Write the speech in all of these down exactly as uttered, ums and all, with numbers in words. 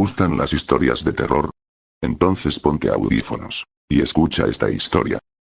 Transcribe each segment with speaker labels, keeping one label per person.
Speaker 1: gustan las historias de terror? Entonces ponte audífonos y escucha esta historia.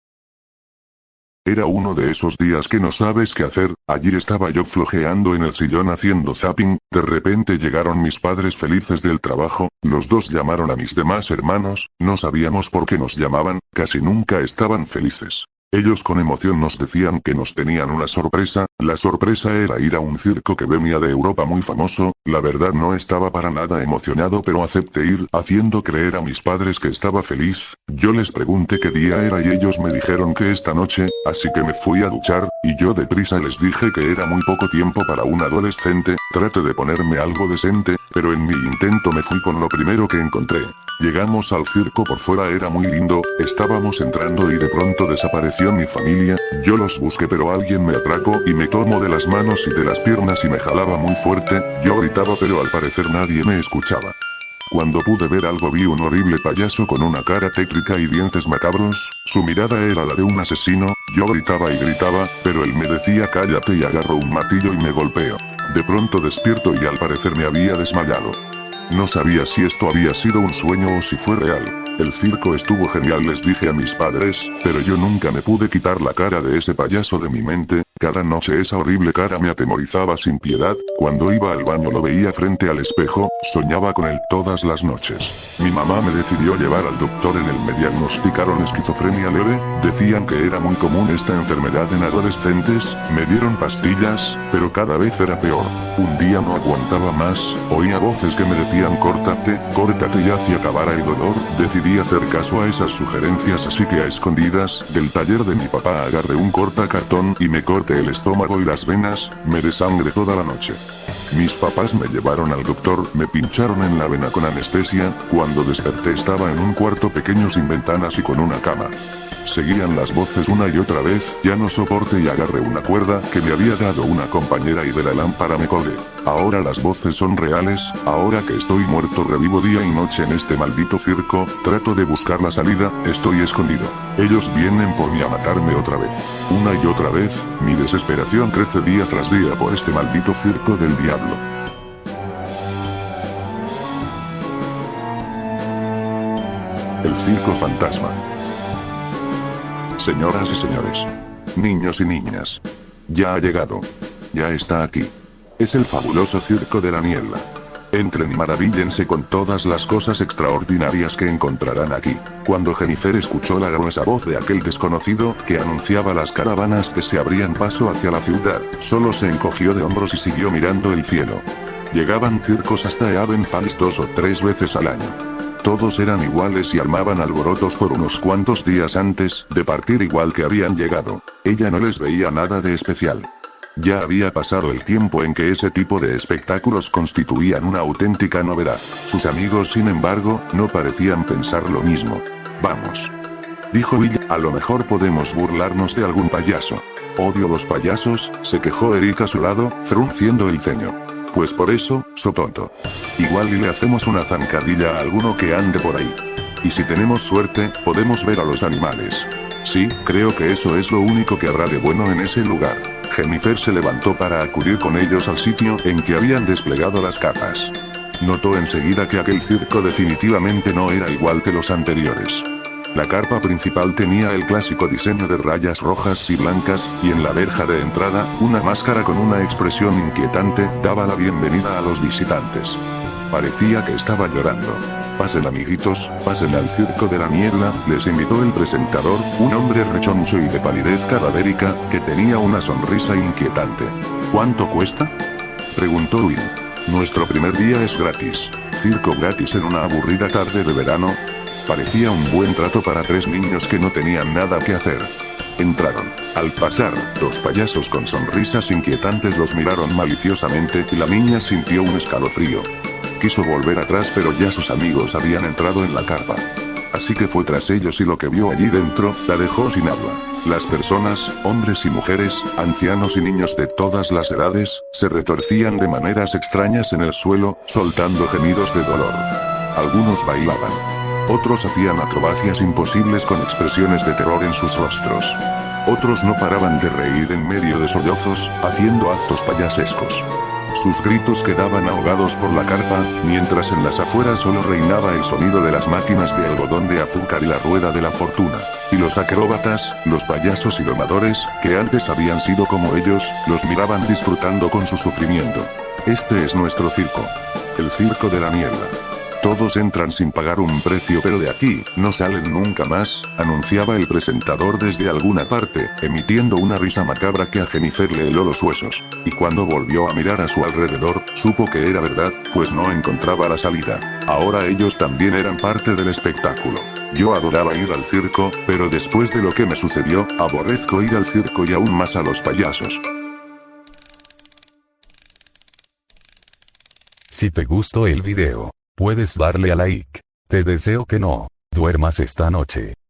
Speaker 1: Era uno de esos días que no sabes qué hacer. Allí estaba yo flojeando en el sillón haciendo zapping, de repente llegaron mis padres felices del trabajo, los dos llamaron a mis demás hermanos, no sabíamos por qué nos llamaban, casi nunca estaban felices. Ellos con emoción nos decían que nos tenían una sorpresa, la sorpresa era ir a un circo que venía de Europa muy famoso, la verdad no estaba para nada emocionado pero acepté ir, haciendo creer a mis padres que estaba feliz. Yo les pregunté qué día era y ellos me dijeron que esta noche, así que me fui a duchar, y yo deprisa les dije que era muy poco tiempo para un adolescente, trate de ponerme algo decente, pero en mi intento me fui con lo primero que encontré. Llegamos al circo, por fuera era muy lindo, estábamos entrando y de pronto desapareció mi familia, yo los busqué pero alguien me atracó y me tomó de las manos y de las piernas y me jalaba muy fuerte, yo gritaba pero al parecer nadie me escuchaba. Cuando pude ver algo vi un horrible payaso con una cara tétrica y dientes macabros, su mirada era la de un asesino, yo gritaba y gritaba, pero él me decía cállate y agarro un martillo y me golpeo. De pronto despierto y al parecer me había desmayado. No sabía si esto había sido un sueño o si fue real. El circo estuvo genial, les dije a mis padres, pero yo nunca me pude quitar la cara de ese payaso de mi mente, cada noche esa horrible cara me atemorizaba sin piedad, cuando iba al baño lo veía frente al espejo, soñaba con él todas las noches. Mi mamá me decidió llevar al doctor, en él me diagnosticaron esquizofrenia leve, decían que era muy común esta enfermedad en adolescentes, me dieron pastillas, pero cada vez era peor. Un día no aguantaba más, oía voces que me decían córtate, córtate y hacia acabar el dolor, decidí hacer caso a esas sugerencias así que a escondidas, del taller de mi papá agarré un cortacartón y me corté el estómago y las venas, me desangré toda la noche. Mis papás me llevaron al doctor, me pincharon en la vena con anestesia, cuando desperté estaba en un cuarto pequeño sin ventanas y con una cama. Seguían las voces una y otra vez, ya no soporté y agarré una cuerda que me había dado una compañera y de la lámpara me colgué. Ahora las voces son reales, ahora que estoy muerto revivo día y noche en este maldito circo, trato de buscar la salida, estoy escondido. Ellos vienen por mí a matarme otra vez. Una y otra vez, mi desesperación crece día tras día por este maldito circo del diablo. El circo fantasma. Señoras y señores, niños y niñas, ya ha llegado, ya está aquí. Es el fabuloso circo de la niebla. Entren y maravíllense con todas las cosas extraordinarias que encontrarán aquí. Cuando Jennifer escuchó la gruesa voz de aquel desconocido que anunciaba las caravanas que se abrían paso hacia la ciudad, solo se encogió de hombros y siguió mirando el cielo. Llegaban circos hasta Haven Falls dos o tres veces al año. Todos eran iguales y armaban alborotos por unos cuantos días antes de partir, igual que habían llegado. Ella no les veía nada de especial. Ya había pasado el tiempo en que ese tipo de espectáculos constituían una auténtica novedad. Sus amigos, sin embargo, no parecían pensar lo mismo. Vamos, dijo Will, a lo mejor podemos burlarnos de algún payaso. Odio los payasos, se quejó Eric a su lado, frunciendo el ceño. Pues por eso, so tonto. Igual y le hacemos una zancadilla a alguno que ande por ahí. Y si tenemos suerte, podemos ver a los animales. Sí, creo que eso es lo único que habrá de bueno en ese lugar. Jennifer se levantó para acudir con ellos al sitio en que habían desplegado las carpas. Notó enseguida que aquel circo definitivamente no era igual que los anteriores. La carpa principal tenía el clásico diseño de rayas rojas y blancas, y en la verja de entrada, una máscara con una expresión inquietante daba la bienvenida a los visitantes. Parecía que estaba llorando. Pasen amiguitos, pasen al circo de la niebla, les invitó el presentador, un hombre rechoncho y de palidez cadavérica, que tenía una sonrisa inquietante. ¿Cuánto cuesta?, preguntó Will. Nuestro primer día es gratis. Circo gratis en una aburrida tarde de verano. Parecía un buen trato para tres niños que no tenían nada que hacer. Entraron. Al pasar, dos payasos con sonrisas inquietantes los miraron maliciosamente y la niña sintió un escalofrío. Quiso volver atrás pero ya sus amigos habían entrado en la carpa. Así que fue tras ellos y lo que vio allí dentro, la dejó sin habla. Las personas, hombres y mujeres, ancianos y niños de todas las edades, se retorcían de maneras extrañas en el suelo, soltando gemidos de dolor. Algunos bailaban. Otros hacían acrobacias imposibles con expresiones de terror en sus rostros. Otros no paraban de reír en medio de sollozos, haciendo actos payasescos. Sus gritos quedaban ahogados por la carpa, mientras en las afueras solo reinaba el sonido de las máquinas de algodón de azúcar y la rueda de la fortuna. Y los acróbatas, los payasos y domadores, que antes habían sido como ellos, los miraban disfrutando con su sufrimiento. Este es nuestro circo. El circo de la niebla. Todos entran sin pagar un precio, pero de aquí no salen nunca más, anunciaba el presentador desde alguna parte, emitiendo una risa macabra que a Jennifer le heló los huesos. Y cuando volvió a mirar a su alrededor, supo que era verdad, pues no encontraba la salida. Ahora ellos también eran parte del espectáculo. Yo adoraba ir al circo, pero después de lo que me sucedió, aborrezco ir al circo y aún más a los payasos.
Speaker 2: Si te gustó el video, puedes darle a like. Te deseo que no duermas esta noche.